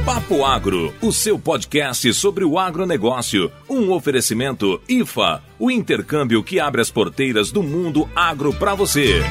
Papo Agro, o seu podcast sobre o agronegócio. Um oferecimento IFA, o intercâmbio que abre as porteiras do mundo agro para você.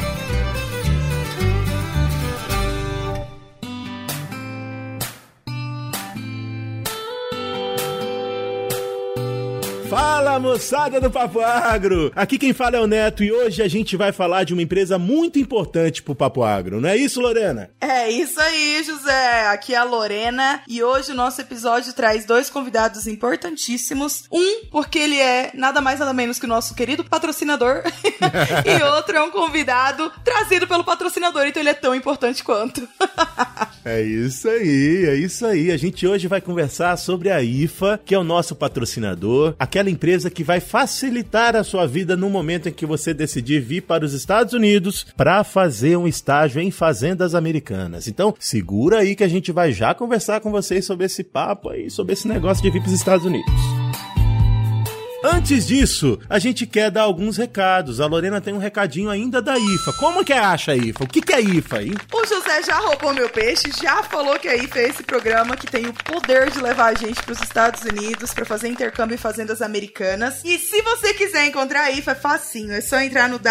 Fala, moçada do Papo Agro! Aqui quem fala é o Neto e hoje a gente vai falar de uma empresa muito importante pro Papo Agro, não é isso, Lorena? É isso aí, José! Aqui é a Lorena e hoje o nosso episódio traz dois convidados importantíssimos. Um, porque ele é nada mais nada menos que o nosso querido patrocinador e outro é um convidado trazido pelo patrocinador, então ele é tão importante quanto. É isso aí. A gente hoje vai conversar sobre a IFA, que é o nosso patrocinador, aquela empresa que vai facilitar a sua vida no momento em que você decidir vir para os Estados Unidos para fazer um estágio em fazendas americanas. Então, segura aí que a gente vai já conversar com vocês sobre esse papo aí, sobre esse negócio de vir para os Estados Unidos. Antes disso, a gente quer dar alguns recados. A Lorena tem um recadinho ainda da IFA. Como que acha a IFA? O que é IFA, hein? O José já roubou meu peixe, já falou que a IFA é esse programa que tem o poder de levar a gente para os Estados Unidos para fazer intercâmbio em fazendas americanas. E se você quiser encontrar a IFA, é facinho. É só entrar no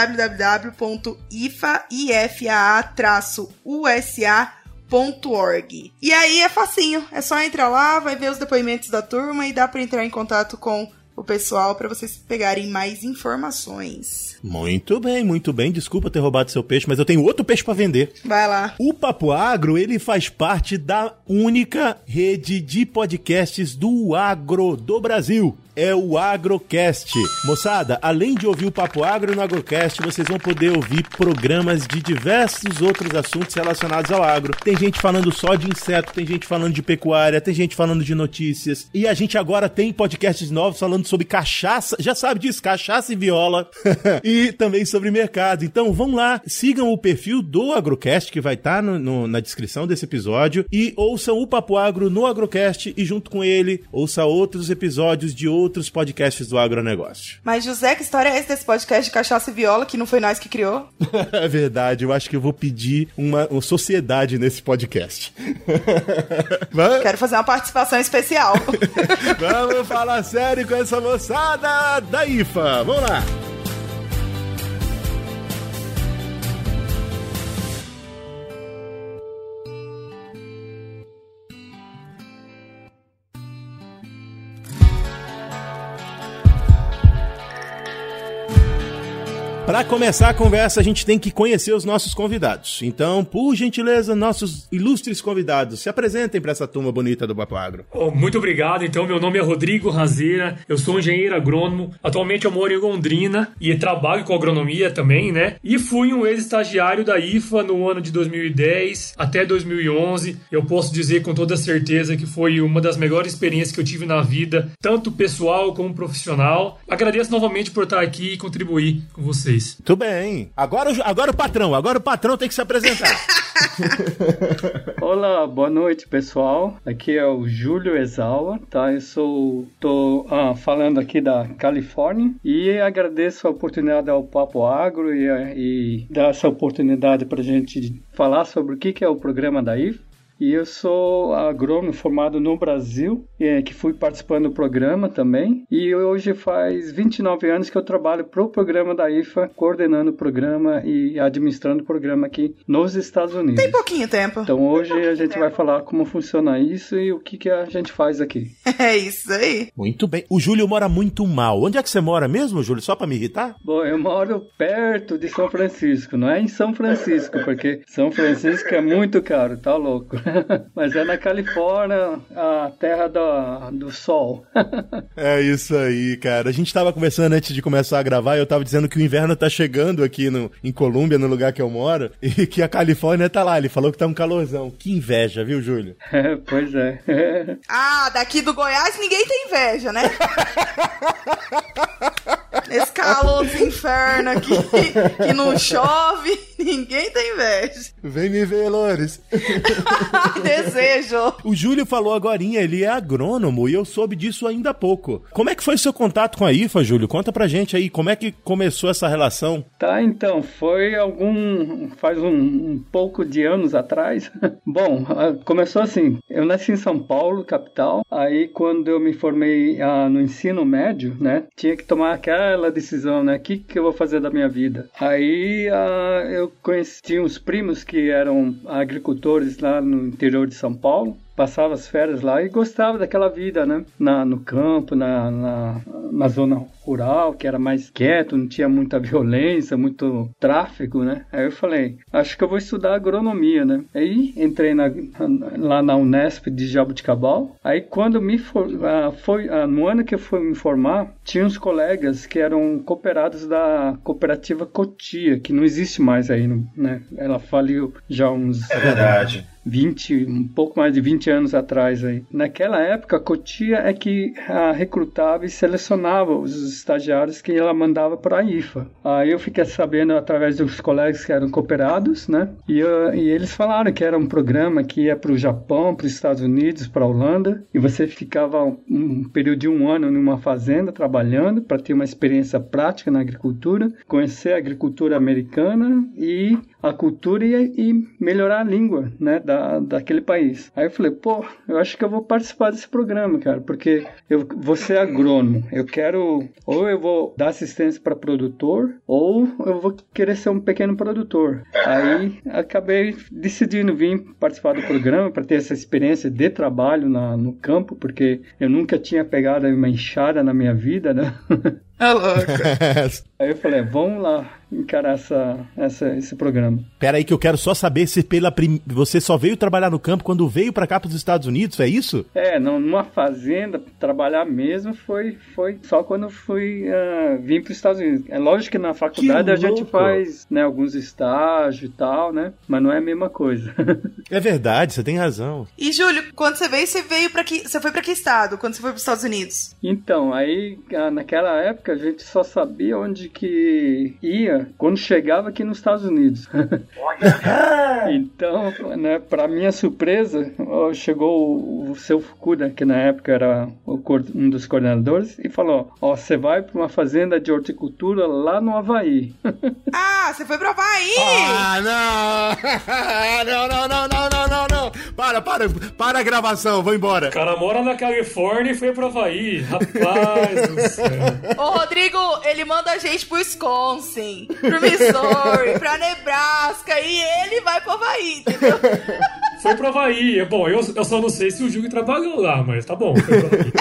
www.ifa-usa.org. E aí é facinho. É só entrar lá, vai ver os depoimentos da turma e dá para entrar em contato com o pessoal para vocês pegarem mais informações. Muito bem. Desculpa ter roubado seu peixe, mas eu tenho outro peixe para vender. Vai lá. O Papo Agro, ele faz parte da única rede de podcasts do agro do Brasil. É o Agrocast. Moçada, além de ouvir o Papo Agro no Agrocast, vocês vão poder ouvir programas de diversos outros assuntos relacionados ao agro. Tem gente falando só de inseto, tem gente falando de pecuária, tem gente falando de notícias. E a gente agora tem podcasts novos falando sobre cachaça, já sabe disso, cachaça e viola. E também sobre mercado. Então vão lá, sigam o perfil do Agrocast, que vai estar na descrição desse episódio, e ouçam o Papo Agro no Agrocast e junto com ele, ouça outros episódios de outros podcasts do agronegócio. Mas, José, que história é essa desse podcast de cachaça e viola que não foi nós que criou? É verdade, eu acho que eu vou pedir uma sociedade nesse podcast. Quero fazer uma participação especial. Vamos falar sério com essa moçada da IFA. Vamos lá. Para começar a conversa, a gente tem que conhecer os nossos convidados. Então, por gentileza, nossos ilustres convidados, se apresentem para essa turma bonita do Papo Agro. Muito obrigado. Então, meu nome é Rodrigo Razeira, eu sou engenheiro agrônomo. Atualmente eu moro em Londrina e trabalho com agronomia também, né? E fui um ex-estagiário da IFA no ano de 2010 até 2011. Eu posso dizer com toda certeza que foi uma das melhores experiências que eu tive na vida, tanto pessoal como profissional. Agradeço novamente por estar aqui e contribuir com vocês. Muito bem. Agora o patrão tem que se apresentar. Olá, boa noite, pessoal. Aqui é o Júlio Ezawa, tá? Eu tô falando aqui da Califórnia e agradeço a oportunidade ao Papo Agro e dar essa oportunidade pra gente falar sobre o que é o programa da IFA. E eu sou agrônomo formado no Brasil, que fui participando do programa também. E hoje faz 29 anos que eu trabalho para o programa da IFA, coordenando o programa e administrando o programa aqui nos Estados Unidos. Tem pouquinho tempo. Então hoje a gente vai falar como funciona isso e o que a gente faz aqui. É isso aí. Muito bem. O Júlio mora muito mal. Onde é que você mora mesmo, Júlio? Só para me irritar? Bom, eu moro perto de São Francisco. Não é em São Francisco, porque São Francisco é muito caro, tá louco. Mas é na Califórnia, a terra do sol. É isso aí, cara. A gente tava conversando antes de começar a gravar e eu tava dizendo que o inverno tá chegando aqui em Colômbia, no lugar que eu moro, e que a Califórnia tá lá. Ele falou que tá um calorzão. Que inveja, viu, Júlio? Pois é. Daqui do Goiás ninguém tem inveja, né? Nesse calor do inferno aqui, que não chove, ninguém tem inveja. Vem me ver, Loures. Desejo. O Júlio falou agorinha, ele é agrônomo e eu soube disso ainda há pouco. Como é que foi o seu contato com a IFA, Júlio? Conta pra gente aí, como é que começou essa relação? Tá, então, foi faz um pouco de anos atrás. Bom, começou assim, eu nasci em São Paulo, capital, aí quando eu me formei no ensino médio, né, tinha que tomar aquela decisão, né, o que eu vou fazer da minha vida? Aí eu conheci uns primos que eram agricultores lá no interior de São Paulo, passava as férias lá e gostava daquela vida, né? No campo, na zona rural, que era mais quieto, não tinha muita violência, muito tráfego, né? Aí eu falei, acho que eu vou estudar agronomia, né? Aí entrei lá na Unesp de Jaboticabal. Aí quando no ano que eu fui me formar, tinha uns colegas que eram cooperados da cooperativa Cotia, que não existe mais aí, né? Ela faliu já uns... É verdade. Um pouco mais de 20 anos atrás aí. Naquela época, a Cotia é que recrutava e selecionava os estagiários que ela mandava para a IFA. Aí eu fiquei sabendo através dos colegas que eram cooperados, né? E eles falaram que era um programa que ia para o Japão, para os Estados Unidos, para a Holanda, e você ficava um período de 1 ano numa fazenda trabalhando para ter uma experiência prática na agricultura, conhecer a agricultura americana e a cultura e melhorar a língua, né, daquele país. Aí eu falei, eu acho que eu vou participar desse programa, cara, porque eu vou ser agrônomo. Ou eu vou dar assistência para produtor, ou eu vou querer ser um pequeno produtor. Aí acabei decidindo vir participar do programa para ter essa experiência de trabalho no campo, porque eu nunca tinha pegado uma enxada na minha vida, né? É louco. Aí eu falei, vamos lá encarar esse programa. Pera aí que eu quero só saber se você só veio trabalhar no campo quando veio pra cá pros Estados Unidos, é isso? Numa fazenda, trabalhar mesmo foi só quando eu vim pros Estados Unidos. É lógico que na faculdade a gente faz, né, alguns estágios e tal, né, mas não é a mesma coisa. É verdade, você tem razão. E Júlio, quando você veio pra aqui, você foi pra que estado quando você foi pros Estados Unidos? Então, aí naquela época a gente só sabia onde que ia quando chegava aqui nos Estados Unidos. Então, né, para minha surpresa, chegou o seu Fukuda, que na época era um dos coordenadores, e falou, você vai para uma fazenda de horticultura lá no Havaí. Ah, você foi pro Havaí! Não. Para a gravação, vou embora. O cara mora na Califórnia e foi pro Havaí. Rapaz do céu. Ô, Rodrigo, ele manda a gente pro Wisconsin, pro Missouri, pra Nebraska, e ele vai pro Havaí, entendeu? Foi pro Havaí. Bom, eu só não sei se o Júlio trabalhou lá, mas tá bom. Foi pro Havaí.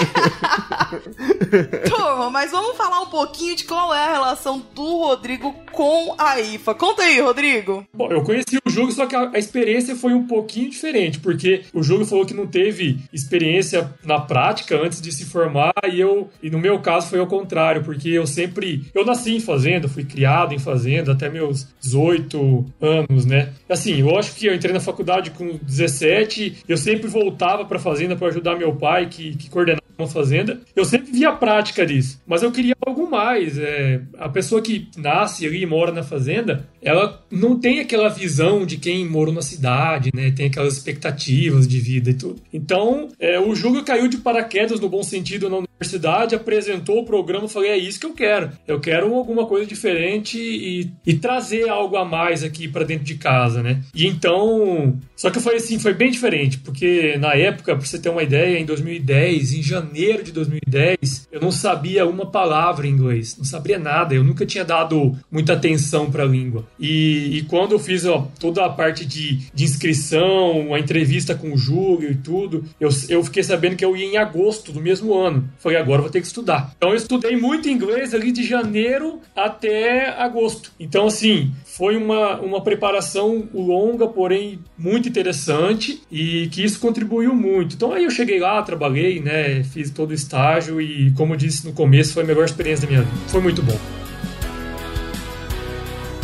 Turma, mas vamos falar um pouquinho de qual é a relação do Rodrigo com a IFA. Conta aí, Rodrigo. Bom, eu conheci o Júlio, só que a experiência foi um pouquinho diferente, porque o Júlio falou que não teve experiência na prática antes de se formar, e no meu caso foi ao contrário, porque eu nasci em fazenda, fui criado em fazenda até meus 18 anos, né? Assim, eu acho que eu entrei na faculdade com 17, eu sempre voltava pra fazenda para ajudar meu pai, que coordenava uma fazenda. Eu sempre via a prática disso, mas eu queria algo mais. A pessoa que nasce ali e mora na fazenda, ela não tem aquela visão de quem morou na cidade, né? Tem aquelas expectativas de vida e tudo. Então, o Júlio caiu de paraquedas no bom sentido na universidade, apresentou o programa, eu falei, é isso que eu quero. Eu quero alguma coisa diferente e trazer algo a mais aqui pra dentro de casa, né? E então... Só que foi assim, foi bem diferente, porque na época, pra você ter uma ideia, em 2010, em janeiro de 2010, eu não sabia uma palavra em inglês, não sabia nada, eu nunca tinha dado muita atenção pra língua. E quando eu fiz toda a parte de inscrição, a entrevista com o Júlio e tudo, eu fiquei sabendo que eu ia em agosto do mesmo ano. Falei, agora eu vou ter que estudar. Então eu estudei muito inglês ali de janeiro até agosto. Então assim, foi uma preparação longa, porém muito interessante, e que isso contribuiu muito. Então aí eu cheguei lá, trabalhei, né, fiz todo o estágio e, como eu disse no começo, foi a melhor experiência da minha vida. Foi muito bom.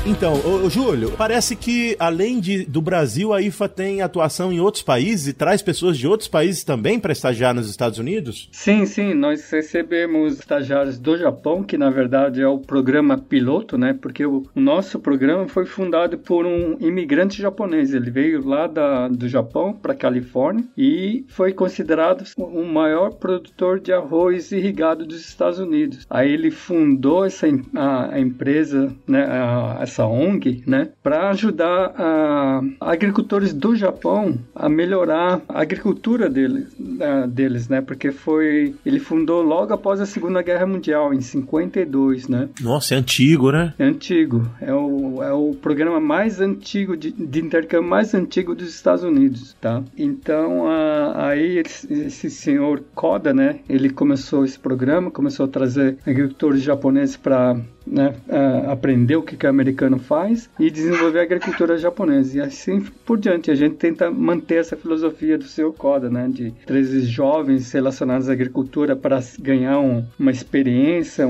Então, ô Júlio, parece que além do Brasil, a IFA tem atuação em outros países e traz pessoas de outros países também para estagiar nos Estados Unidos? Sim, nós recebemos estagiários do Japão, que na verdade é o programa piloto, né? Porque o nosso programa foi fundado por um imigrante japonês. Ele veio lá do Japão para Califórnia e foi considerado o maior produtor de arroz irrigado dos Estados Unidos. Aí ele fundou a empresa, né, essa ONG, né, para ajudar agricultores do Japão a melhorar a agricultura deles, né, porque ele fundou logo após a Segunda Guerra Mundial, em 52, né. Nossa, é antigo, né? É antigo. É o programa mais antigo, de intercâmbio mais antigo dos Estados Unidos, tá? Então, aí esse senhor Koda, né, ele começou esse programa, começou a trazer agricultores japoneses para, né, aprender o que o americano faz e desenvolver a agricultura japonesa. E assim por diante, a gente tenta manter essa filosofia do seu Koda, né, de trazer jovens relacionados à agricultura para ganhar uma experiência,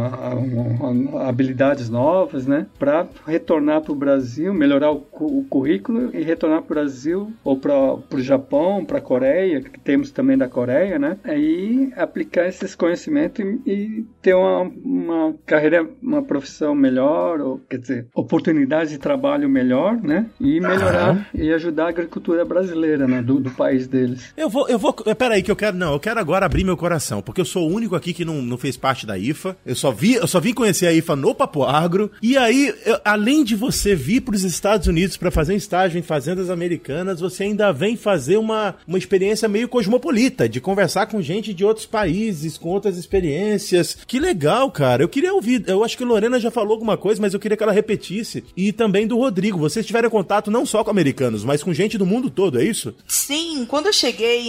habilidades novas, né, para retornar para o Brasil, melhorar o currículo e retornar para o Brasil ou para o Japão, para a Coreia, que temos também da Coreia, né, aí aplicar esses conhecimentos e ter uma carreira, uma profissão melhor, ou, quer dizer, oportunidade de trabalho melhor, né? E melhorar e ajudar a agricultura brasileira, né? Do país deles. Peraí, que eu quero agora abrir meu coração, porque eu sou o único aqui que não fez parte da IFA. Eu só vim conhecer a IFA no Papo Agro. E aí, além de você vir para os Estados Unidos para fazer um estágio em fazendas americanas, você ainda vem fazer uma experiência meio cosmopolita, de conversar com gente de outros países, com outras experiências. Que legal, cara. Eu queria ouvir. Eu acho que a Lorena já falou alguma coisa, mas eu queria que ela repetisse. E também do Rodrigo. Vocês tiveram contato não só com americanos, mas com gente do mundo todo, é isso? Sim, quando eu cheguei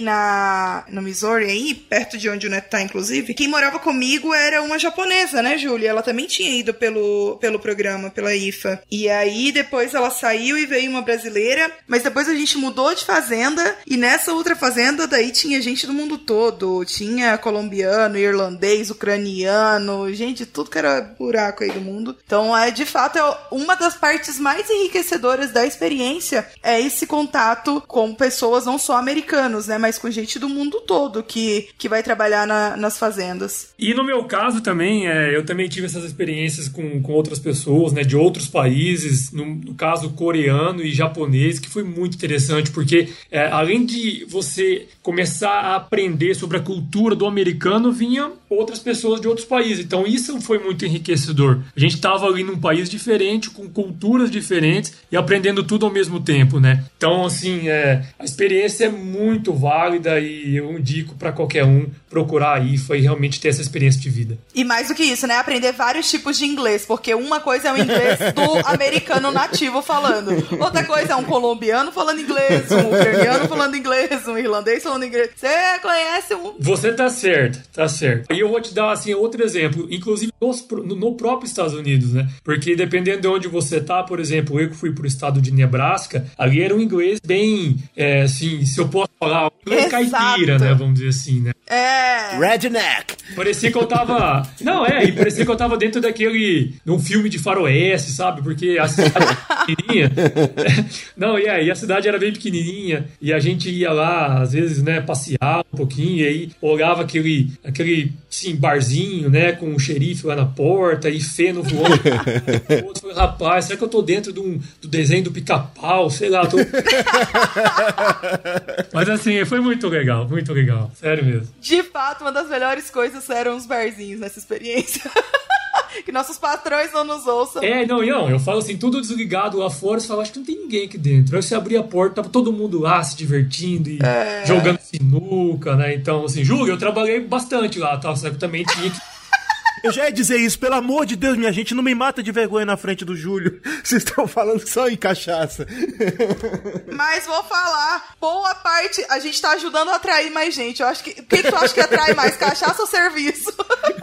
no Missouri, aí, perto de onde o Neto tá, inclusive, quem morava comigo era uma japonesa, né, Júlia? Ela também tinha ido pelo programa, pela IFA. E aí, depois ela saiu e veio uma brasileira, mas depois a gente mudou de fazenda, e nessa outra fazenda, daí tinha gente do mundo todo. Tinha colombiano, irlandês, ucraniano, gente, tudo que era buraco aí do mundo. Então, de fato, uma das partes mais enriquecedoras da experiência é esse contato com pessoas não só americanos, né, mas com gente do mundo todo que vai trabalhar nas fazendas. E no meu caso também, eu também tive essas experiências com outras pessoas, né, de outros países, no caso coreano e japonês, que foi muito interessante, porque além de você começar a aprender sobre a cultura do americano, vinha outras pessoas de outros países. Então isso foi muito enriquecedor. A gente estava ali num país diferente, com culturas diferentes e aprendendo tudo ao mesmo tempo, né? Então, assim, a experiência é muito válida e eu indico para qualquer um procurar a IFA e realmente ter essa experiência de vida. E mais do que isso, né? Aprender vários tipos de inglês, porque uma coisa é o inglês do americano nativo falando, outra coisa é um colombiano falando inglês, um ucraniano falando inglês, um irlandês falando inglês. Você conhece um... Você tá certo. E eu vou te dar, assim, outro exemplo, inclusive no próprio Estados Unidos, né? Porque dependendo de onde você tá, por exemplo, eu que fui pro estado de Nebraska, ali era um inglês bem, assim, se eu posso falar, um inglês caipira, né? Vamos dizer assim, né? Redneck! Parecia que eu tava... e parecia que eu tava dentro de um filme de faroeste, sabe? Porque a cidade era pequenininha. E a cidade era bem pequenininha, e a gente ia lá, às vezes, né, passear um pouquinho, e aí olhava aquele assim, barzinho, né, com o xerife lá na porta, e feno voando. O outro falou, rapaz, será que eu tô dentro do desenho do Pica-Pau? Sei lá, Mas assim, foi muito legal, sério mesmo. De fato, uma das melhores coisas eram os barzinhos nessa experiência. Que nossos patrões não nos ouçam. Eu falo assim, tudo desligado lá fora, você fala, acho que não tem ninguém aqui dentro. Aí você abria a porta, tava todo mundo lá se divertindo e jogando sinuca, né? Então, assim, Júlio, eu trabalhei bastante lá, tá? Só que também tinha que... Eu já ia dizer isso, pelo amor de Deus, minha gente, não me mata de vergonha na frente do Júlio. Vocês estão falando só em cachaça. Mas vou falar, boa parte, a gente tá ajudando a atrair mais gente. Eu acho que... O que tu acha que atrai mais, cachaça ou serviço?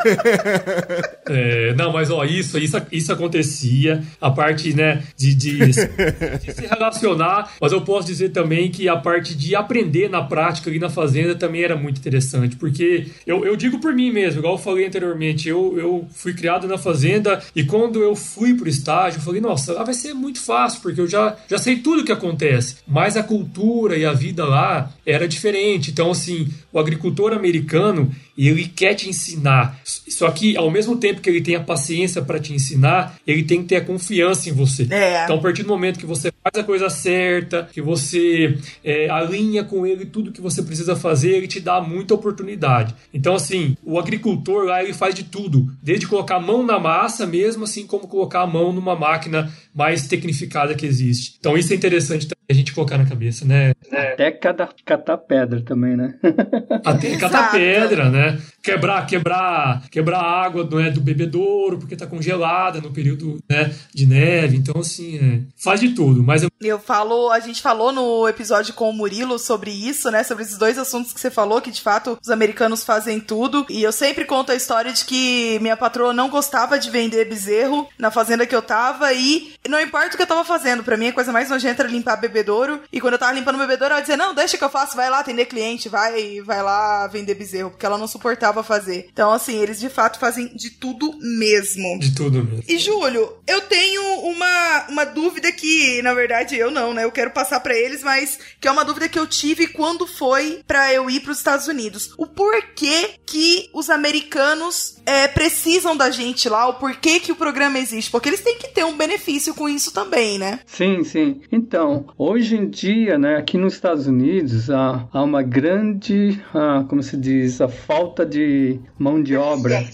Não, mas ó, isso acontecia, a parte, né, de se relacionar, mas eu posso dizer também que a parte de aprender na prática ali na fazenda também era muito interessante, porque eu digo por mim mesmo, igual eu falei anteriormente, eu fui criado na fazenda e quando eu fui pro estágio, eu falei, nossa, lá vai ser muito fácil, porque eu já sei tudo o que acontece, mas a cultura e a vida lá era diferente. Então, assim, o agricultor americano, ele quer te ensinar, só que ao mesmo tempo que ele tem a paciência para te ensinar, ele tem que ter a confiança em você. Então, a partir do momento que você faz a coisa certa, que você alinha com ele tudo que você precisa fazer, ele te dá muita oportunidade. Então, assim, o agricultor lá, ele faz de tudo, desde colocar a mão na massa mesmo, assim como colocar a mão numa máquina mais tecnificada que existe. Então, isso é interessante também a gente colocar na cabeça, né? Até catar pedra também, né? Até catar pedra, né? Quebrar a água do bebedouro, porque tá congelada no período, né, de neve. Então, assim, faz de tudo. Mas a gente falou no episódio com o Murilo sobre isso, né? Sobre esses dois assuntos que você falou, que de fato os americanos fazem tudo. E eu sempre conto a história de que minha patroa não gostava de vender bezerro na fazenda que eu tava, e não importa o que eu tava fazendo, pra mim a coisa mais nojenta era limpar bebedouro. E quando eu tava limpando o bebedouro, ela dizia, não, deixa que eu faço, vai lá atender cliente, vai lá vender bezerro, porque ela não suportava fazer. Então, assim, eles de fato fazem de tudo mesmo. De tudo mesmo. E, Júlio, eu tenho uma dúvida que, na verdade, eu não, né? Eu quero passar pra eles, mas que é uma dúvida que eu tive quando foi pra eu ir pros Estados Unidos. O porquê que os americanos precisam da gente lá, o porquê que o programa existe, porque eles têm que ter um benefício com isso também, né? Sim, sim. Então, hoje em dia, né, aqui nos Estados Unidos, há uma grande, como se diz, a falta de mão de obra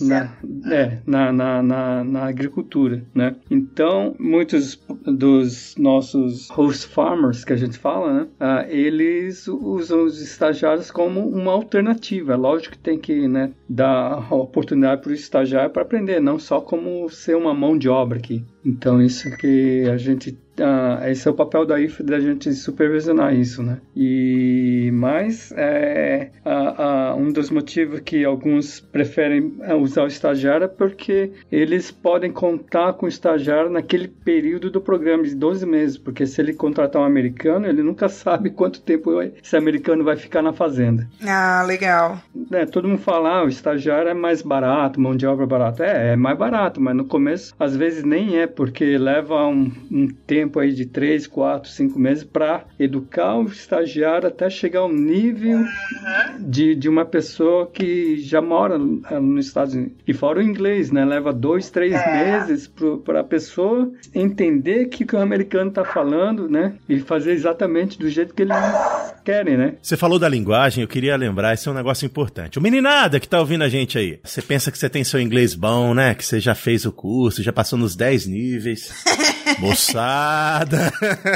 na agricultura, né? Então, muitos dos nossos host farmers, que a gente fala, né, eles usam os estagiários como uma alternativa. É lógico que tem que, né, dar a oportunidade para o estagiário para aprender, não só como ser uma mão de obra aqui. Então, isso que a gente... esse é o papel da IFA, da gente supervisionar isso, né? Mas um dos motivos que alguns preferem usar o estagiário é porque eles podem contar com o estagiário naquele período do programa de 12 meses, porque se ele contratar um americano, ele nunca sabe quanto tempo esse americano vai ficar na fazenda. Ah, legal. Todo mundo fala, o estagiário é mais barato, mão de obra barata. É mais barato, mas no começo, às vezes nem é, porque leva um tempo aí de 3, 4, 5 meses para educar o estagiário até chegar ao nível de uma pessoa que já mora nos Estados Unidos. E fora o inglês, né? Leva 2, 3 meses para a pessoa entender o que o americano está falando, né? E fazer exatamente do jeito que eles querem, né? Você falou da linguagem, eu queria lembrar, esse é um negócio importante. O meninada que tá ouvindo a gente aí, você pensa que você tem seu inglês bom, né? Que você já fez o curso, já passou nos 10 níveis. Moçada!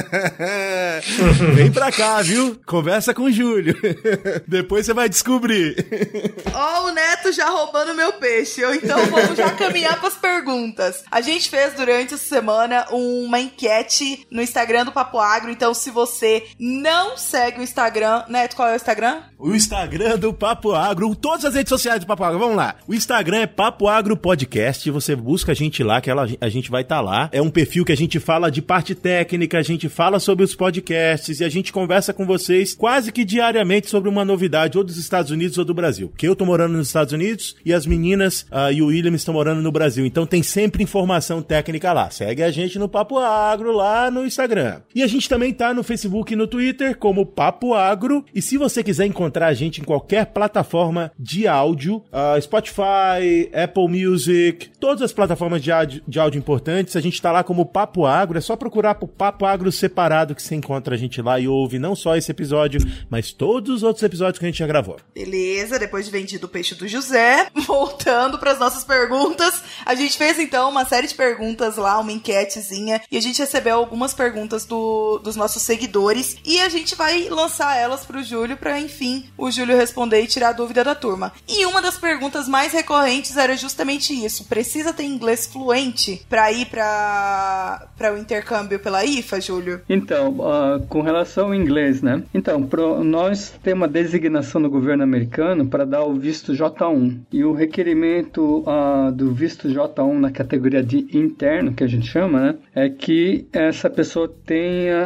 Vem pra cá, viu? Conversa com o Júlio. Depois você vai descobrir. Ó, o Neto já roubando meu peixe. Então vamos já caminhar pras perguntas. A gente fez durante essa semana uma enquete no Instagram do Papo Agro. Então, se você não segue o Instagram... Neto, qual é o Instagram? O Instagram do Papo Agro, todas as redes sociais do Papo Agro, vamos lá. O Instagram é Papo Agro Podcast, você busca a gente lá, que a gente vai estar lá. É um perfil que a gente fala de parte técnica, a gente fala sobre os podcasts e a gente conversa com vocês quase que diariamente sobre uma novidade, ou dos Estados Unidos ou do Brasil. Porque eu tô morando nos Estados Unidos e as meninas e o William estão morando no Brasil, então tem sempre informação técnica lá. Segue a gente no Papo Agro lá no Instagram. E a gente também tá no Facebook e no Twitter como Papo Agro, e se você quiser encontrar a gente em qualquer plataforma de áudio, Spotify, Apple Music, todas as plataformas de áudio importantes, a gente tá lá como Papo Agro, é só procurar por Papo Agro separado que você encontra a gente lá e ouve não só esse episódio, mas todos os outros episódios que a gente já gravou. Beleza, depois de vendido o peixe do José, voltando para as nossas perguntas, a gente fez então uma série de perguntas lá, uma enquetezinha, e a gente recebeu algumas perguntas dos nossos seguidores, e a gente vai lançar elas pro Júlio pra, enfim, o Júlio responder e tirar a dúvida da turma. E uma das perguntas mais recorrentes era justamente isso. Precisa ter inglês fluente pra ir pra o intercâmbio pela IFA, Júlio? Então, com relação ao inglês, né? Então, nós temos uma designação do governo americano para dar o visto J1. E o requerimento do visto J1 na categoria de interno, que a gente chama, né? É que essa pessoa tenha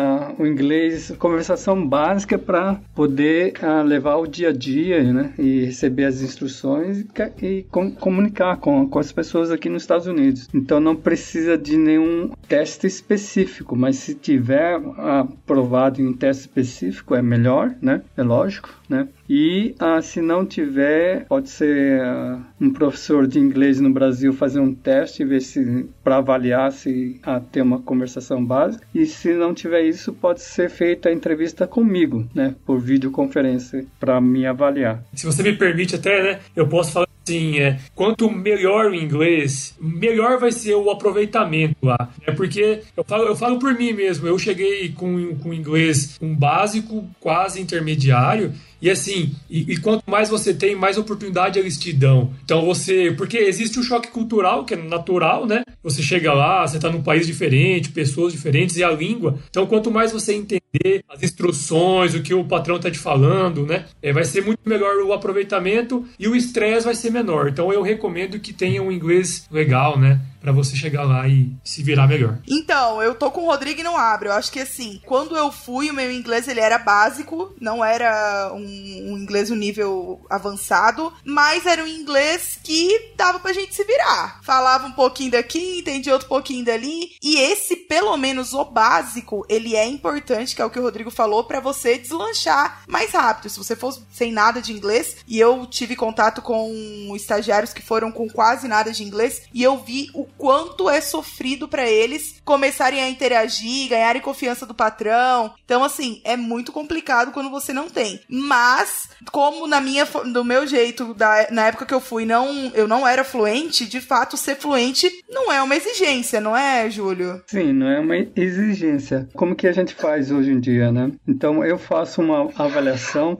o inglês, conversação básica para poder levar o dia a dia, né? E receber as instruções e comunicar com as pessoas aqui nos Estados Unidos. Então, não precisa de nenhum teste específico, mas se tiver aprovado em um teste específico, é melhor, né? É lógico, né? E se não tiver, pode ser um professor de inglês no Brasil fazer um teste e ver se para avaliar se ter uma conversação básica. E se não tiver isso, pode ser feita a entrevista comigo, né? Por videoconferência, para me avaliar. Se você me permite até, né? Eu posso falar assim, quanto melhor o inglês, melhor vai ser o aproveitamento lá. Porque eu falo por mim mesmo, eu cheguei com inglês básico, quase intermediário, e assim, e quanto mais você tem, mais oportunidade eles te dão. Então porque existe o choque cultural, que é natural, né? Você chega lá, você tá num país diferente, pessoas diferentes e a língua. Então, quanto mais você entender as instruções, o que o patrão tá te falando, né? Vai ser muito melhor o aproveitamento e o estresse vai ser menor. Então, eu recomendo que tenha um inglês legal, né? Pra você chegar lá e se virar melhor. Então, eu tô com o Rodrigo e não abre. Eu acho que assim, quando eu fui, o meu inglês ele era básico, não era um inglês um nível avançado, mas era um inglês que dava pra gente se virar. Falava um pouquinho daqui, entendia outro pouquinho dali, e esse, pelo menos o básico, ele é importante, que é o que o Rodrigo falou, pra você deslanchar mais rápido. Se você for sem nada de inglês, e eu tive contato com estagiários que foram com quase nada de inglês, e eu vi o quanto é sofrido pra eles começarem a interagir, ganharem confiança do patrão. Então, assim, é muito complicado quando você não tem. Mas, como do meu jeito, na época que eu fui, eu não era fluente, de fato, ser fluente não é uma exigência, não é, Júlio? Sim, não é uma exigência. Como que a gente faz hoje em dia, né? Então, eu faço uma avaliação,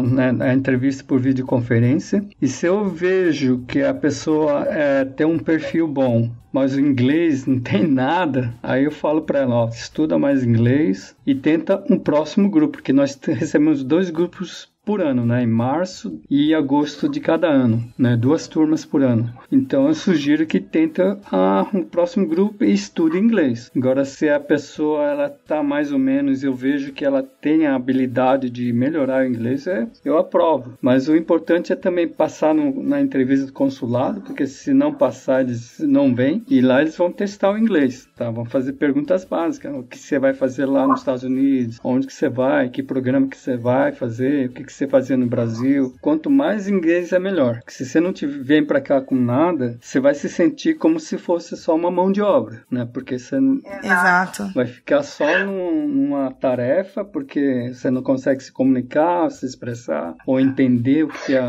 a entrevista por videoconferência, e se eu vejo que a pessoa tem um perfil bom, mas o inglês não tem nada, aí eu falo para ela, estuda mais inglês e tenta um próximo grupo, porque nós recebemos 2 grupos por ano, né? Em março e agosto de cada ano, né? 2 turmas por ano. Então, eu sugiro que tenta um próximo grupo e estude inglês. Agora, se a pessoa ela tá mais ou menos, eu vejo que ela tem a habilidade de melhorar o inglês, eu aprovo. Mas o importante é também passar na entrevista do consulado, porque se não passar, eles não vêm. E lá eles vão testar o inglês, tá? Vão fazer perguntas básicas. O que você vai fazer lá nos Estados Unidos? Onde que você vai? Que programa que você vai fazer? O que você fazia no Brasil? Quanto mais inglês é melhor. Porque se você não vem para cá com nada, você vai se sentir como se fosse só uma mão de obra, né? Porque você Exato. vai ficar só numa tarefa, porque você não consegue se comunicar, se expressar, ou entender o que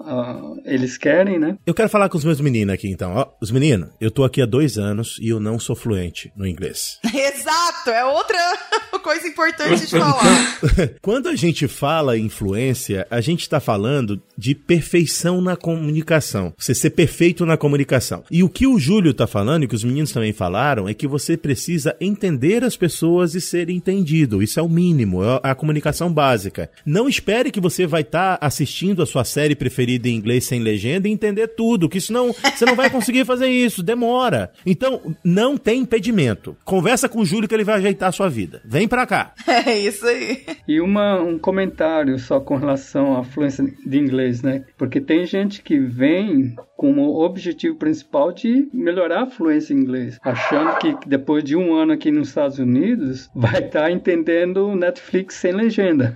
eles querem, né? Eu quero falar com os meus meninos aqui, então. Ó, os meninos, eu tô aqui há 2 anos e eu não sou fluente no inglês. Exato! É outra coisa importante de falar. Quando a gente fala em fluência, a gente tá falando de perfeição na comunicação. Você ser perfeito na comunicação. E o que o Júlio tá falando, e que os meninos também falaram, é que você precisa entender as pessoas e ser entendido. Isso é o mínimo, é a comunicação básica. Não espere que você vai estar assistindo a sua série preferida em inglês sem legenda e entender tudo, que senão você não vai conseguir fazer isso, demora. Então, não tem impedimento. Conversa com o Júlio que ele vai ajeitar a sua vida. Vem pra cá. É isso aí. E um comentário só com relação à fluência de inglês, né? Porque tem gente que vem com o objetivo principal de melhorar a fluência em inglês, achando que depois de 1 ano aqui nos Estados Unidos vai estar entendendo Netflix sem legenda.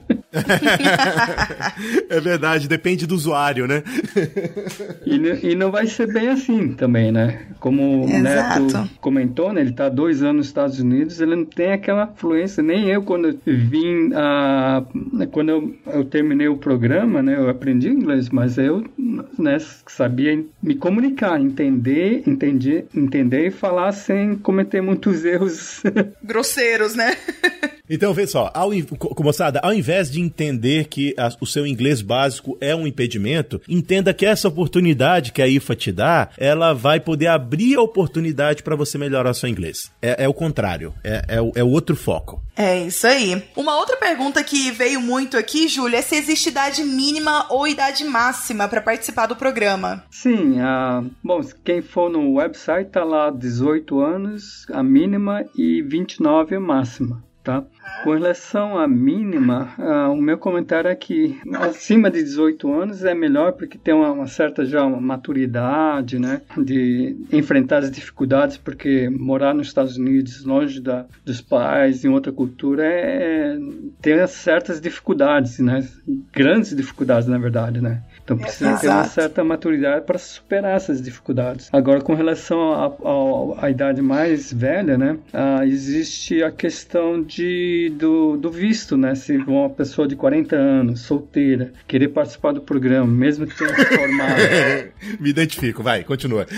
É verdade, depende do usuário, né? E não vai ser bem assim também, né? Como o Neto comentou, né? Ele está há 2 anos nos Estados Unidos, ele não tem aquela fluência. Nem eu, quando eu vim, quando eu terminei o programa, né? Eu aprendi inglês, mas eu, né, sabia me comunicar, entender e falar sem cometer muitos erros grosseiros, né? Então, vê só, moçada, ao invés de entender que o seu inglês básico é um impedimento, entenda que essa oportunidade que a IFA te dá, ela vai poder abrir a oportunidade para você melhorar seu inglês. É o contrário, é o outro foco. É isso aí. Uma outra pergunta que veio muito aqui, Júlia, é se existe idade mínima ou idade máxima para participar do programa. Sim, bom, quem for no website tá lá 18 anos a mínima e 29 a máxima, tá? Com relação à mínima, o meu comentário é que acima de 18 anos é melhor porque tem uma certa já maturidade, né, de enfrentar as dificuldades, porque morar nos Estados Unidos, longe dos pais, em outra cultura, tem certas dificuldades, né, grandes dificuldades, na verdade, né. Então precisa ter uma certa maturidade para superar essas dificuldades. Agora, com relação à idade mais velha, né, existe a questão do visto, né? Se uma pessoa de 40 anos, solteira, querer participar do programa, mesmo que tenha se formado. Me identifico, vai, continua.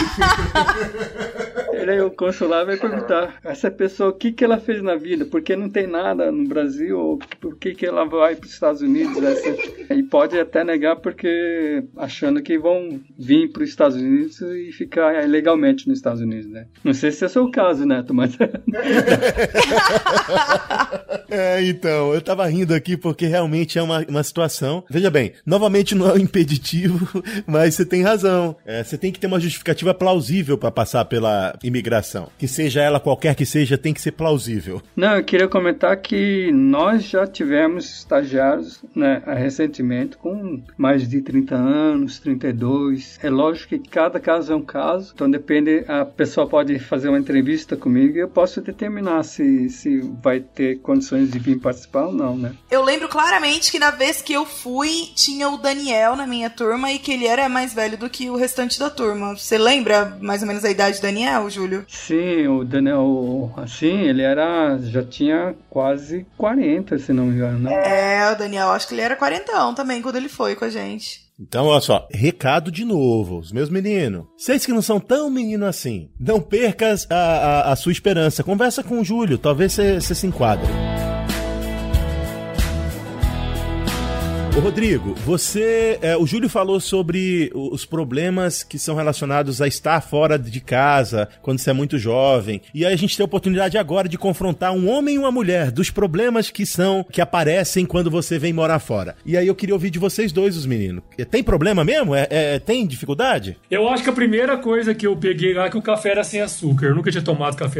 O consulado vai perguntar, essa pessoa, o que ela fez na vida? Por que não tem nada no Brasil? Ou por que ela vai para os Estados Unidos? E pode até negar porque achando que vão vir para os Estados Unidos e ficar ilegalmente nos Estados Unidos, né? Não sei se esse é o caso, Neto, mas... Então, eu tava rindo aqui porque realmente é uma situação... Veja bem, novamente não é um impeditivo, mas você tem razão. Você tem que ter uma justificativa plausível para passar pela imigração. Que seja ela qualquer que seja, tem que ser plausível. Não, eu queria comentar que nós já tivemos estagiários, né, recentemente com mais de 30 anos, 32. É lógico que cada caso é um caso, então depende, a pessoa pode fazer uma entrevista comigo e eu posso determinar se vai ter condições de vir participar ou não, né? Eu lembro claramente que na vez que eu fui, tinha o Daniel na minha turma e que ele era mais velho do que o restante da turma. Você lembra mais ou menos a idade do Daniel, Júlio? Sim, o Daniel, assim, ele já tinha quase 40, se não me engano, né? O Daniel, acho que ele era 40 também quando ele foi com a gente. Então, olha só, recado de novo, os meus meninos. Vocês que não são tão menino assim, não percas a sua esperança. Conversa com o Júlio, talvez você se enquadre. Ô Rodrigo, o Júlio falou sobre os problemas que são relacionados a estar fora de casa quando você é muito jovem, e aí a gente tem a oportunidade agora de confrontar um homem e uma mulher dos problemas que aparecem quando você vem morar fora. E aí eu queria ouvir de vocês dois, os meninos. Tem problema mesmo? Tem dificuldade? Eu acho que a primeira coisa que eu peguei lá é que o café era sem açúcar. Eu nunca tinha tomado café.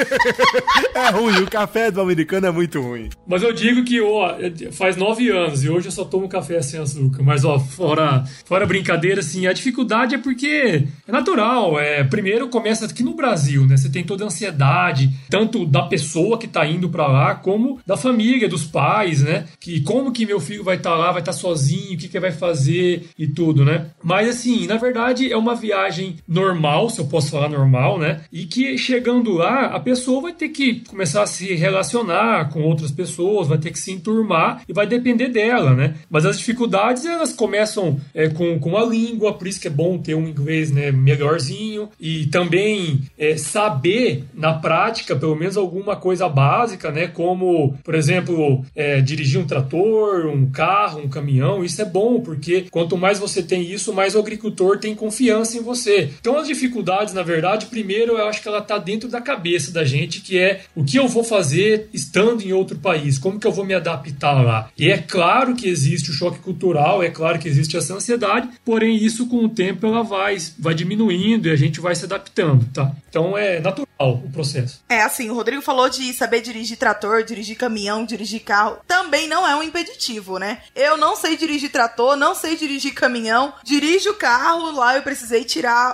É ruim, o café do americano é muito ruim. Mas eu digo que faz 9 anos e hoje eu só tomo café sem açúcar. Mas, fora brincadeira, assim, a dificuldade é porque é natural. Primeiro começa aqui no Brasil, né? Você tem toda a ansiedade, tanto da pessoa que tá indo pra lá, como da família, dos pais, né? Como que meu filho vai estar lá, vai estar sozinho, o que vai fazer e tudo, né? Mas, assim, na verdade, é uma viagem normal, se eu posso falar normal, né? E que chegando lá, a pessoa vai ter que começar a se relacionar com outras pessoas, vai ter que se enturmar e vai depender dela, né? Mas as dificuldades, elas começam com a língua, por isso que é bom ter um inglês, né, melhorzinho, e também saber, na prática, pelo menos alguma coisa básica, né, como, por exemplo, dirigir um trator, um carro, um caminhão. Isso é bom, porque quanto mais você tem isso, mais o agricultor tem confiança em você. Então as dificuldades, na verdade, primeiro eu acho que ela está dentro da cabeça da gente, que é o que eu vou fazer estando em outro país, como que eu vou me adaptar lá. E é claro que existe o choque cultural, é claro que existe essa ansiedade, porém isso com o tempo ela vai diminuindo e a gente vai se adaptando, tá? Então é natural o processo. Assim, o Rodrigo falou de saber dirigir trator, dirigir caminhão, dirigir carro, também não é um impeditivo, né? Eu não sei dirigir trator, não sei dirigir caminhão, dirijo o carro, lá eu precisei tirar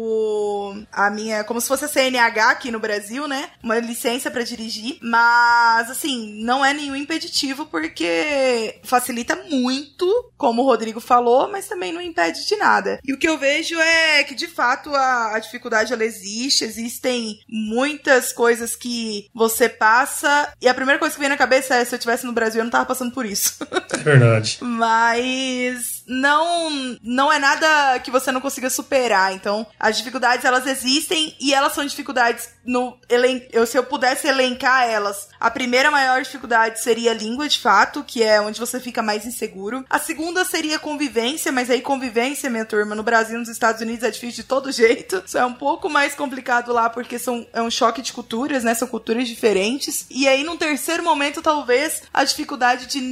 a minha, como se fosse a CNH aqui no Brasil, né? Uma licença pra dirigir, mas assim, não é nenhum impeditivo porque facilita muito, como o Rodrigo falou, mas também não impede de nada. E o que eu vejo é que, de fato, a dificuldade ela existe, existem muitas coisas que você passa, e a primeira coisa que vem na cabeça é, se eu estivesse no Brasil, eu não tava passando por isso. Verdade. Mas não é nada que você não consiga superar. Então, as dificuldades, elas existem e elas são dificuldades se eu pudesse elencar elas, a primeira maior dificuldade seria a língua, de fato, que é onde você fica mais inseguro. A segunda seria convivência, mas aí convivência, minha turma, no Brasil e nos Estados Unidos é difícil de todo jeito. Isso é um pouco mais complicado lá, porque é um choque de culturas, né? São culturas diferentes. E aí, num terceiro momento, talvez, a dificuldade de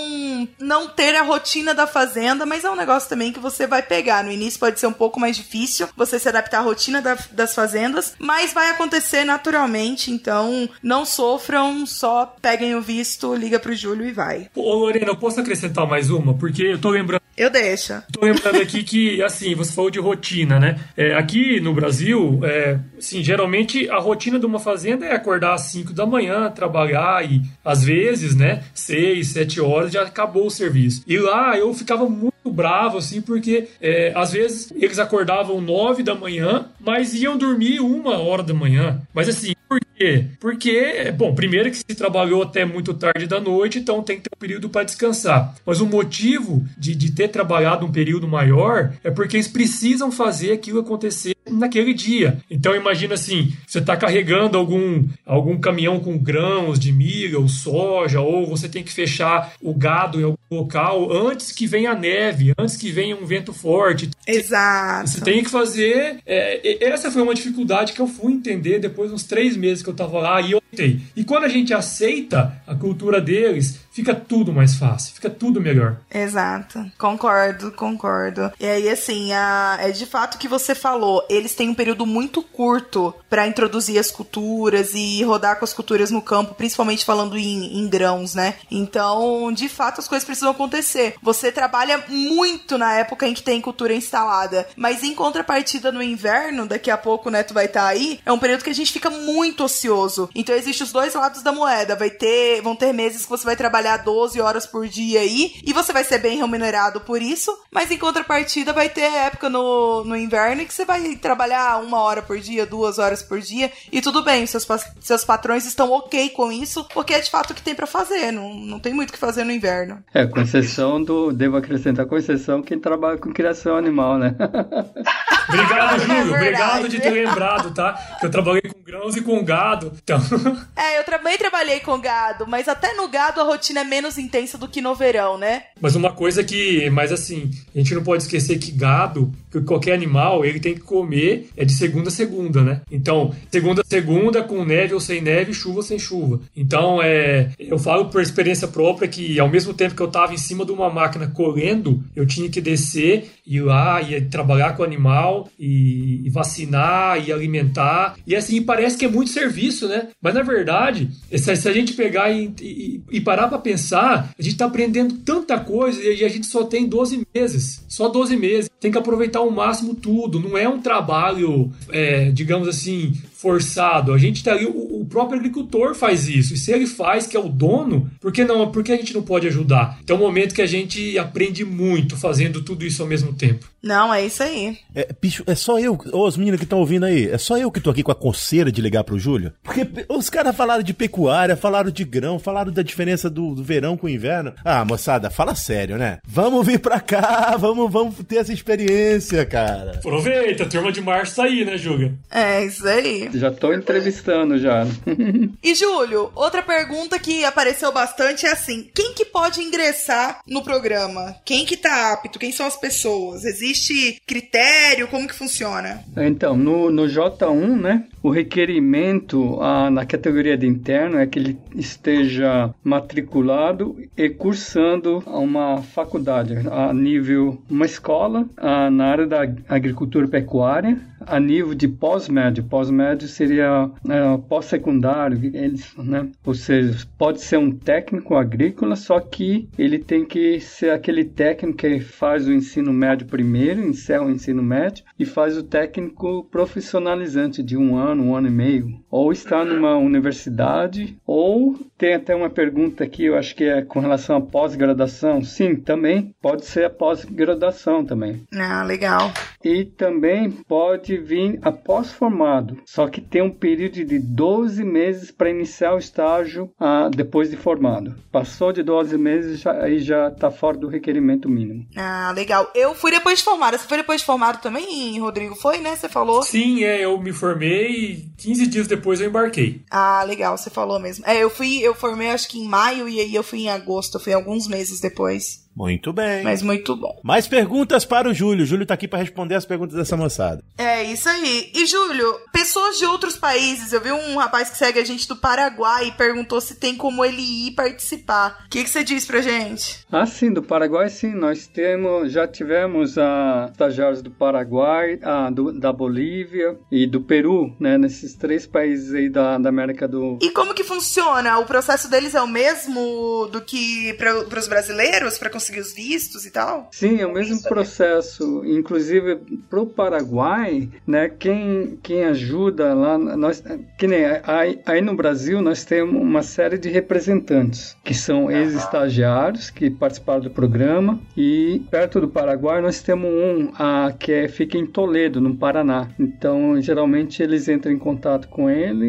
não ter a rotina da fazenda, mas é um negócio também que você vai pegar. No início pode ser um pouco mais difícil você se adaptar à rotina das fazendas, mas vai acontecer naturalmente, então não sofram, só peguem o visto, liga pro Júlio e vai. Ô Lorena, eu posso acrescentar mais uma? Porque eu tô lembrando... Eu deixo. Tô lembrando aqui que, assim, você falou de rotina, né? Aqui no Brasil, assim, geralmente a rotina de uma fazenda é acordar às 5 da manhã, trabalhar e, às vezes, né, 6, 7 horas já acabou o serviço. E lá eu ficava muito bravo, assim, porque às vezes eles acordavam 9 da manhã, mas iam dormir 1 hora da manhã. Mas assim, por quê? Porque, bom, primeiro que se trabalhou até muito tarde da noite, então tem que ter um período para descansar. Mas o motivo de ter trabalhado um período maior é porque eles precisam fazer aquilo acontecer naquele dia. Então imagina assim, você está carregando algum caminhão com grãos de milho ou soja, ou você tem que fechar o gado em algum local antes que venha a neve, antes que venha um vento forte. Exato. Você tem que fazer... essa foi uma dificuldade que eu fui entender depois de uns 3 meses que eu estava lá e eu tentei. E quando a gente aceita a cultura deles, fica tudo mais fácil, fica tudo melhor. Exato. Concordo. E aí, assim, é de fato o que você falou, eles têm um período muito curto para introduzir as culturas e rodar com as culturas no campo, principalmente falando em grãos, né? Então, de fato, as coisas precisam acontecer. Você trabalha muito na época em que tem cultura instalada, mas em contrapartida no inverno, daqui a pouco o Neto vai estar aí, é um período que a gente fica muito ocioso. Então, existem os dois lados da moeda. Vão ter meses que você vai trabalhar 12 horas por dia aí, e você vai ser bem remunerado por isso, mas em contrapartida vai ter época no inverno que você vai trabalhar 1 hora por dia, 2 horas por dia, e tudo bem, seus patrões estão ok com isso, porque é de fato o que tem pra fazer, não tem muito o que fazer no inverno. Com exceção devo acrescentar, com exceção quem trabalha com criação animal, né? Obrigado, Júlio, obrigado de ter lembrado, tá? Que eu trabalhei com grãos e com gado, então... eu também trabalhei com gado, mas até no gado a rotina é menos intensa do que no verão, né? Mas uma coisa mas assim, a gente não pode esquecer que gado, que qualquer animal, ele tem que comer de segunda a segunda, né? Então, segunda a segunda, com neve ou sem neve, chuva ou sem chuva. Então, eu falo por experiência própria que ao mesmo tempo que eu estava em cima de uma máquina colhendo, eu tinha que descer, ir lá, e trabalhar com o animal, e vacinar, e alimentar. E assim, parece que é muito serviço, né? Mas na verdade, se a gente pegar e parar para pensar, a gente está aprendendo tanta coisa e a gente só tem 12 meses. Só 12 meses. Tem que aproveitar ao máximo tudo. Não é um trabalho, digamos assim, forçado. A gente tá ali, o próprio agricultor faz isso. E se ele faz, que é o dono, por que não? Por que a gente não pode ajudar? Então é um momento que a gente aprende muito fazendo tudo isso ao mesmo tempo. Não, é isso aí. Bicho, é só eu, os meninos que estão ouvindo aí, é só eu que tô aqui com a coceira de ligar pro Júlio? Porque os caras falaram de pecuária, falaram de grão, falaram da diferença do verão com o inverno. Ah, moçada, fala sério, né? Vamos vir pra cá, vamos ter essa experiência, cara. Aproveita, a turma de março tá aí, né, Júlia? É, isso aí. Já tô entrevistando já. E, Júlio, outra pergunta que apareceu bastante é assim, quem que pode ingressar no programa? Quem que tá apto? Quem são as pessoas? Existe critério? Como que funciona? Então, no J1, né, o requerimento na categoria de interno é que ele esteja matriculado e cursando uma faculdade a nível, uma escola na área da agricultura e pecuária, a nível de pós-médio. Pós-médio seria pós-secundário, né? Ou seja, pode ser um técnico agrícola, só que ele tem que ser aquele técnico que faz o ensino médio primeiro, encerra o ensino médio e faz o técnico profissionalizante de 1 ano e meio. Ou está numa universidade ou tem até uma pergunta aqui, eu acho que é com relação à pós-graduação. Sim, também pode ser a pós-graduação também. Ah, legal. E também pode vir após formado, só que tem um período de 12 meses para iniciar o estágio depois de formado. Passou de 12 meses, aí já está fora do requerimento mínimo. Ah, legal. Eu fui depois de formado. Você foi depois de formado também, Rodrigo? Foi, né? Você falou? Sim, eu me formei e 15 dias depois eu embarquei. Ah, legal, você falou mesmo. Eu formei acho que em maio e aí eu fui em agosto. Eu fui alguns meses depois. Muito bem. Mas muito bom. Mais perguntas para o Júlio. O Júlio tá aqui para responder as perguntas dessa moçada. É isso aí. E, Júlio, pessoas de outros países, eu vi um rapaz que segue a gente do Paraguai e perguntou se tem como ele ir participar. O que você diz pra gente? Ah, sim, do Paraguai, sim. Nós já tivemos estagiários do Paraguai, da Bolívia e do Peru, né? Nesses 3 países aí da América do... E como que funciona? O processo deles é o mesmo do que pros brasileiros, pra conseguir os vistos e tal? Sim, é o mesmo processo. Inclusive, pro Paraguai, né, quem ajuda lá, que nem aí no Brasil, nós temos uma série de representantes, que são ex-estagiários, que participaram do programa, e perto do Paraguai nós temos que fica em Toledo, no Paraná. Então, geralmente, eles entram em contato com ele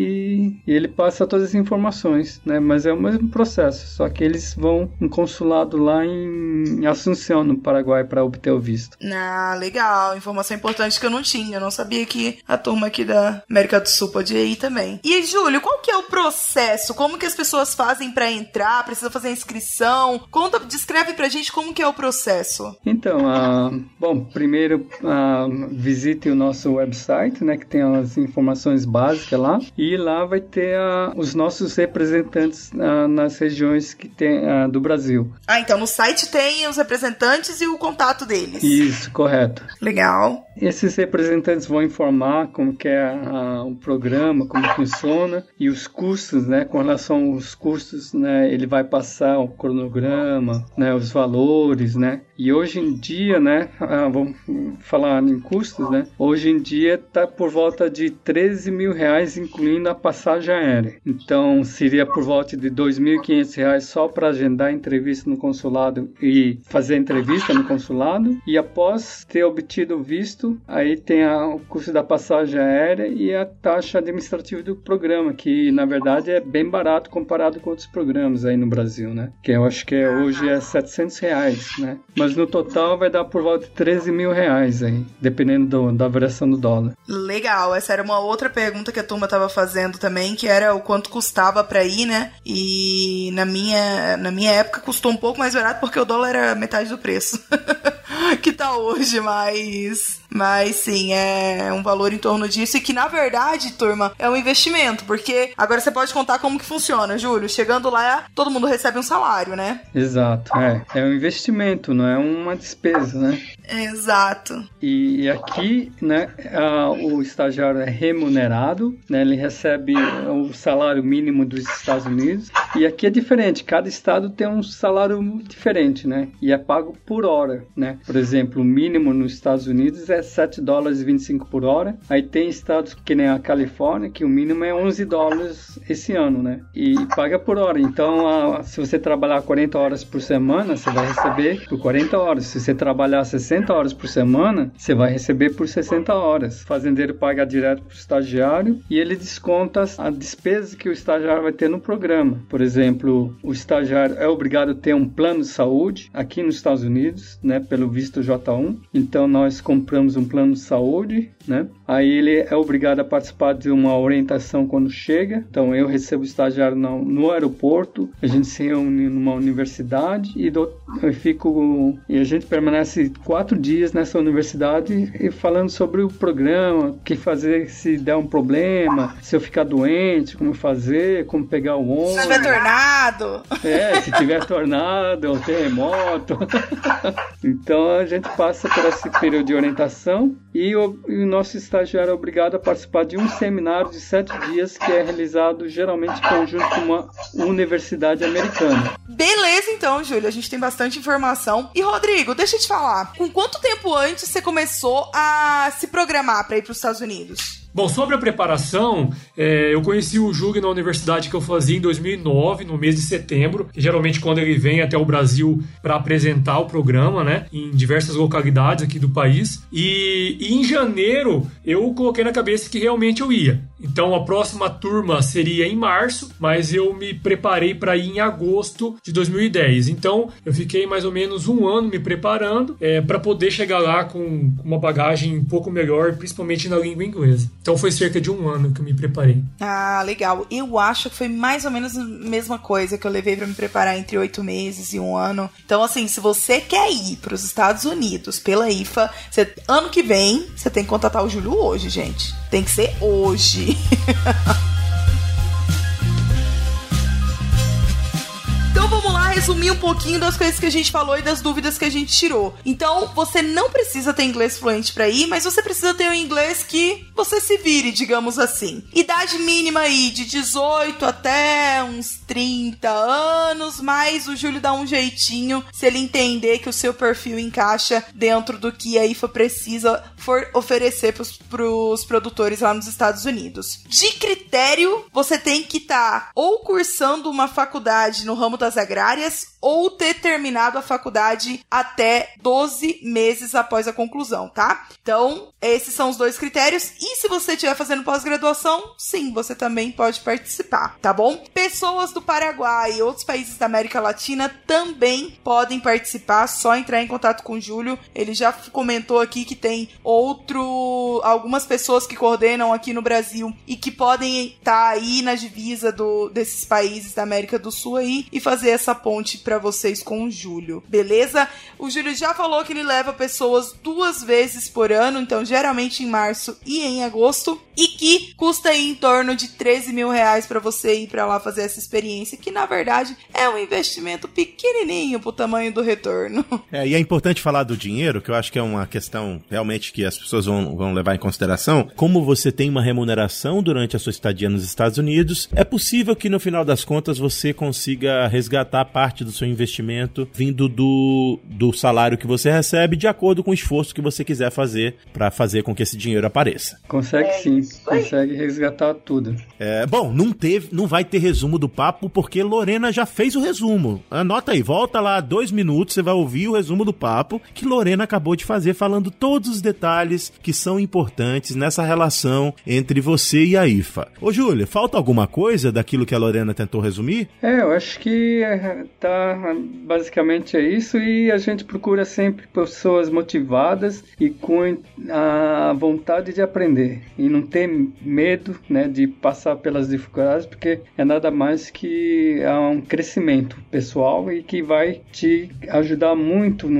e ele passa todas as informações, né, mas é o mesmo processo, só que eles vão em consulado lá em Assunção, no Paraguai, para obter o visto. Ah, legal. Informação importante que eu não tinha. Eu não sabia que a turma aqui da América do Sul podia ir também. E, Júlio, qual que é o processo? Como que as pessoas fazem para entrar? Precisa fazer inscrição? Descreve pra gente como que é o processo. Então, primeiro visite o nosso website, né, que tem as informações básicas lá, e lá vai ter os nossos representantes nas regiões que tem do Brasil. Então no site tem os representantes e o contato deles. Isso, correto. Legal. Esses representantes vão informar como que é o programa, como funciona e os custos, né? Com relação aos custos, né? Ele vai passar o cronograma, né? Os valores, né? E hoje em dia, né? Vamos falar em custos, né? Hoje em dia está por volta de R$13 mil, incluindo a passagem aérea. Então, seria por volta de R$2.500 só para agendar a entrevista no consulado e fazer a entrevista no consulado. E após ter obtido o visto, aí tem o custo da passagem aérea e a taxa administrativa do programa, que na verdade é bem barato comparado com outros programas aí no Brasil, né? Que eu acho que hoje é R$700, né? Mas no total vai dar por volta de R$13 mil aí, dependendo da variação do dólar. Legal, essa era uma outra pergunta que a turma tava fazendo também, que era o quanto custava pra ir, né? E na minha época custou um pouco mais barato porque o dólar era metade do preço que tá hoje, mas sim, é um valor em torno disso e que, na verdade, turma, é um investimento, porque agora você pode contar como que funciona, Júlio. Chegando lá, todo mundo recebe um salário, né? Exato, é um investimento, não é uma despesa, né? Exato. E aqui, né, o estagiário é remunerado, né, ele recebe o salário mínimo dos Estados Unidos, e aqui é diferente, cada estado tem um salário diferente, né, e é pago por hora, né. Por exemplo, o mínimo nos Estados Unidos é $7,25 por hora, aí tem estados que nem a Califórnia, que o mínimo é $11 esse ano, né, e paga por hora. Então, se você trabalhar 40 horas por semana, você vai receber por 40 horas. Se você trabalhar 60 horas por semana, você vai receber por 60 horas. O fazendeiro paga direto para o estagiário e ele desconta a despesa que o estagiário vai ter no programa. Por exemplo, o estagiário é obrigado a ter um plano de saúde aqui nos Estados Unidos, né, pelo visto J1. Então, nós compramos um plano de saúde, né? Aí ele é obrigado a participar de uma orientação quando chega. Então, eu recebo o estagiário no aeroporto, a gente se reúne numa universidade e a gente permanece 4 dias nessa universidade e falando sobre o programa, o que fazer se der um problema, se eu ficar doente, como fazer, como pegar o ônibus. Se tiver tornado. Se tiver tornado ou terremoto. Então a gente passa por esse período de orientação e o nosso estagiário é obrigado a participar de um seminário de 7 dias que é realizado geralmente em conjunto com uma universidade americana. Beleza, então, Júlio, a gente tem bastante informação. E, Rodrigo, deixa eu te falar, com quanto tempo antes você começou a se programar para ir para os Estados Unidos? Bom, sobre a preparação, eu conheci o Júlio na universidade que eu fazia em 2009, no mês de setembro, que geralmente quando ele vem até o Brasil para apresentar o programa, né, em diversas localidades aqui do país. E em janeiro eu coloquei na cabeça que realmente eu ia. Então a próxima turma seria em março, mas eu me preparei para ir em agosto de 2010. Então eu fiquei mais ou menos um ano me preparando para poder chegar lá com uma bagagem um pouco melhor, principalmente na língua inglesa. Então foi cerca de um ano que eu me preparei. Ah, legal. Eu acho que foi mais ou menos a mesma coisa que eu levei para me preparar entre 8 meses e um ano. Então, assim, se você quer ir para os Estados Unidos pela IFA, ano que vem, você tem que contatar o Júlio hoje, gente. Tem que ser hoje. Então vamos lá resumir um pouquinho das coisas que a gente falou e das dúvidas que a gente tirou. Então, você não precisa ter inglês fluente para ir, mas você precisa ter um inglês que você se vire, digamos assim. Idade mínima aí de 18 até uns 30 anos, mas o Júlio dá um jeitinho se ele entender que o seu perfil encaixa dentro do que a IFA precisa oferecer pros produtores lá nos Estados Unidos. De critério, você tem que estar ou cursando uma faculdade no ramo das agrárias ou ter terminado a faculdade até 12 meses após a conclusão, tá? Então, esses são os 2 critérios. E se você estiver fazendo pós-graduação, sim, você também pode participar, tá bom? Pessoas do Paraguai e outros países da América Latina também podem participar, só entrar em contato com o Júlio. Ele já comentou aqui que tem algumas pessoas que coordenam aqui no Brasil e que podem estar aí na divisa desses países da América do Sul aí e fazer essa ponte pra vocês com o Júlio, beleza? O Júlio já falou que ele leva pessoas 2 vezes por ano, então geralmente em março e em agosto, e que custa aí em torno de R$13 mil pra você ir pra lá fazer essa experiência, que na verdade é um investimento pequenininho pro tamanho do retorno. E é importante falar do dinheiro, que eu acho que é uma questão realmente que as pessoas vão levar em consideração. Como você tem uma remuneração durante a sua estadia nos Estados Unidos, é possível que no final das contas você consiga resgatar parte do seu investimento vindo do salário que você recebe, de acordo com o esforço que você quiser fazer para fazer com que esse dinheiro apareça. Consegue sim, consegue resgatar tudo. Bom, não vai ter resumo do papo porque Lorena já fez o resumo. Anota aí, volta lá 2 minutos, você vai ouvir o resumo do papo que Lorena acabou de fazer, falando todos os detalhes que são importantes nessa relação entre você e a IFA. Ô Júlia, falta alguma coisa daquilo que a Lorena tentou resumir? Eu acho que basicamente é isso, e a gente procura sempre pessoas motivadas e com a vontade de aprender e não ter medo, né, de passar pelas dificuldades, porque é nada mais que um crescimento pessoal e que vai te ajudar muito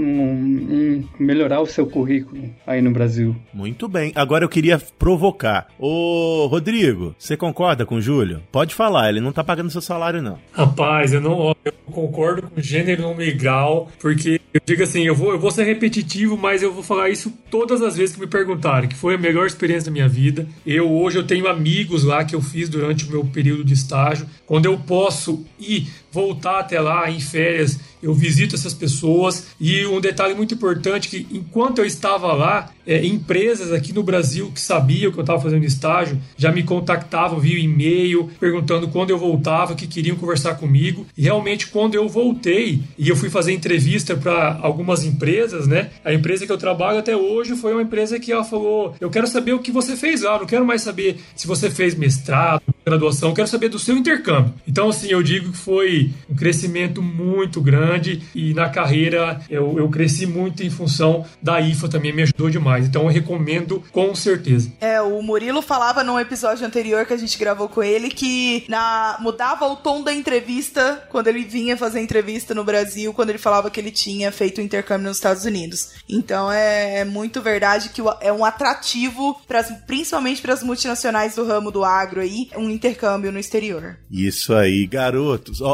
em melhorar o seu currículo aí no Brasil. Muito bem, agora eu queria provocar. Ô Rodrigo, você concorda com o Júlio? Pode falar, ele não tá pagando seu salário não. Rapaz, eu concordo com gênero, número e grau, porque eu digo assim, eu vou ser repetitivo, mas eu vou falar isso todas as vezes que me perguntarem, que foi a melhor experiência da minha vida. Hoje eu tenho amigos lá que eu fiz durante o meu período de estágio. Quando eu posso ir voltar até lá em férias, eu visito essas pessoas. E um detalhe muito importante, que enquanto eu estava lá, empresas aqui no Brasil que sabiam que eu estava fazendo estágio, já me contactavam via e-mail, perguntando quando eu voltava, que queriam conversar comigo. E realmente quando eu voltei, e eu fui fazer entrevista para algumas empresas, né? A empresa que eu trabalho até hoje foi uma empresa que ela falou, eu quero saber o que você fez lá, não quero mais saber se você fez mestrado, graduação, eu quero saber do seu intercâmbio. Então assim, eu digo que foi um crescimento muito grande, e na carreira eu cresci muito em função da IFA, também me ajudou demais. Então eu recomendo com certeza. O Murilo falava num episódio anterior que a gente gravou com ele que mudava o tom da entrevista quando ele vinha fazer entrevista no Brasil, quando ele falava que ele tinha feito o intercâmbio nos Estados Unidos. Então é muito verdade que é um atrativo, principalmente para as multinacionais do ramo do agro aí, um intercâmbio no exterior. Isso aí, garotos. Ó os meninos,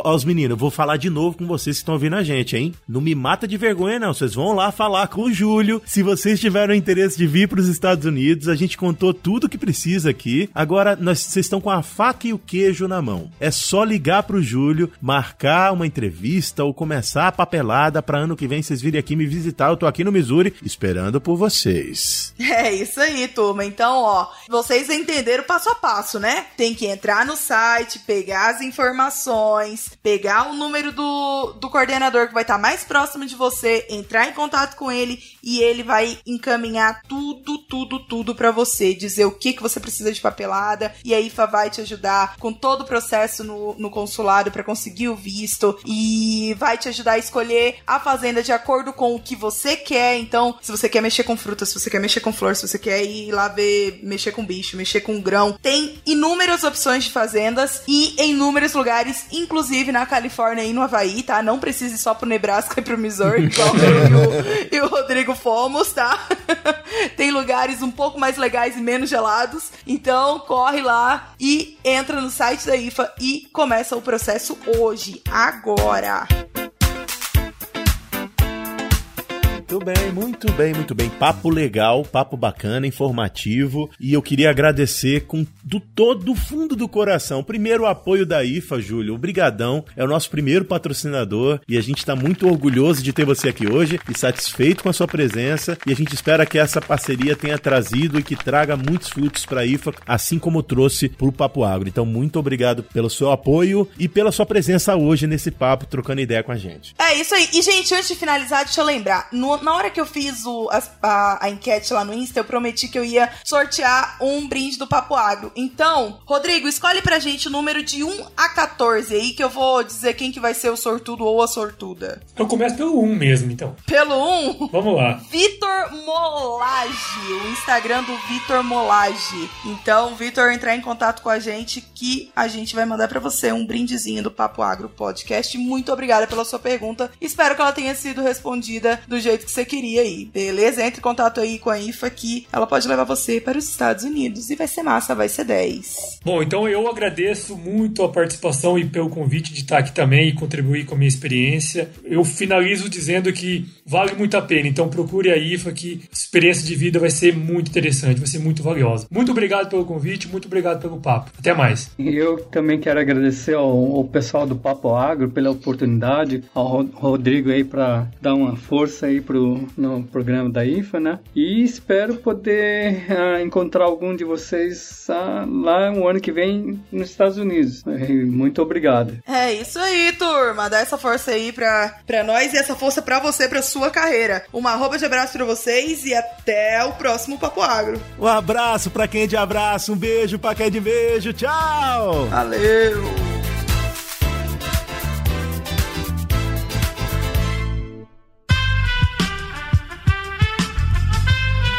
menino, eu vou falar de novo com vocês que estão ouvindo a gente, hein? Não me mata de vergonha, não. Vocês vão lá falar com o Júlio. Se vocês tiveram interesse de vir para os Estados Unidos, a gente contou tudo que precisa aqui. Agora, vocês estão com a faca e o queijo na mão. É só ligar pro Júlio, marcar uma entrevista ou começar a papelada para ano que vem vocês virem aqui me visitar. Eu tô aqui no Missouri esperando por vocês. É isso aí, turma. Então, ó, vocês entenderam passo a passo, né? Tem que entrar no site, pegar as informações, pegar o número do coordenador que vai estar mais próximo de você, entrar em contato com ele e ele vai encaminhar tudo pra você, dizer o que você precisa de papelada, e a IFA vai te ajudar com todo o processo no consulado para conseguir o visto e vai te ajudar a escolher a fazenda de acordo com o que você quer. Então, se você quer mexer com fruta, se você quer mexer com flor, se você quer ir lá mexer com bicho, mexer com grão, tem inúmeras opções de fazendas e em inúmeros lugares, inclusive na Califórnia e no Havaí, tá? Não precisa ir só pro Nebraska e pro Missouri, igual eu e o Rodrigo fomos, tá? Tem lugares um pouco mais legais e menos gelados. Então, corre lá e entra no site da IFA e começa o processo hoje, agora. Muito bem. Papo legal, papo bacana, informativo. E eu queria agradecer do todo o fundo do coração. Primeiro, o apoio da IFA, Júlio. Obrigadão. É o nosso primeiro patrocinador e a gente está muito orgulhoso de ter você aqui hoje e satisfeito com a sua presença. E a gente espera que essa parceria tenha trazido e que traga muitos frutos para a IFA, assim como trouxe para o Papo Agro. Então, muito obrigado pelo seu apoio e pela sua presença hoje nesse papo, trocando ideia com a gente. É isso aí. E, gente, antes de finalizar, deixa eu lembrar. Na hora que eu fiz a enquete lá no Insta, eu prometi que eu ia sortear um brinde do Papo Agro. Então, Rodrigo, escolhe pra gente o número de 1 a 14 aí, que eu vou dizer quem que vai ser o sortudo ou a sortuda. Eu começo pelo 1 mesmo, então. Pelo 1? Vamos lá. Vitor Molage, o Instagram do Vitor Molage. Então, Vitor, entrar em contato com a gente que a gente vai mandar pra você um brindezinho do Papo Agro Podcast. Muito obrigada pela sua pergunta. Espero que ela tenha sido respondida do jeito que você queria aí, beleza? Entre em contato aí com a IFA que ela pode levar você para os Estados Unidos e vai ser massa, vai ser 10. Bom, então eu agradeço muito a participação e pelo convite de estar aqui também e contribuir com a minha experiência. Eu finalizo dizendo que vale muito a pena, então procure a IFA que a experiência de vida vai ser muito interessante, vai ser muito valiosa. Muito obrigado pelo convite, muito obrigado pelo papo. Até mais. Eu também quero agradecer ao pessoal do Papo Agro pela oportunidade, ao Rodrigo aí para dar uma força aí no programa da IFA, né? E espero poder encontrar algum de vocês lá no ano que vem nos Estados Unidos. Muito obrigado. É isso aí, turma. Dá essa força aí pra nós e essa força pra você, pra sua carreira. Uma arroba de abraço pra vocês e até o próximo Papo Agro. Um abraço pra quem é de abraço, um beijo pra quem é de beijo. Tchau! Valeu!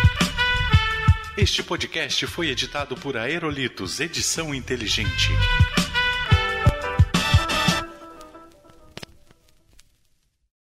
Este podcast foi editado por Aerolitos Edição Inteligente.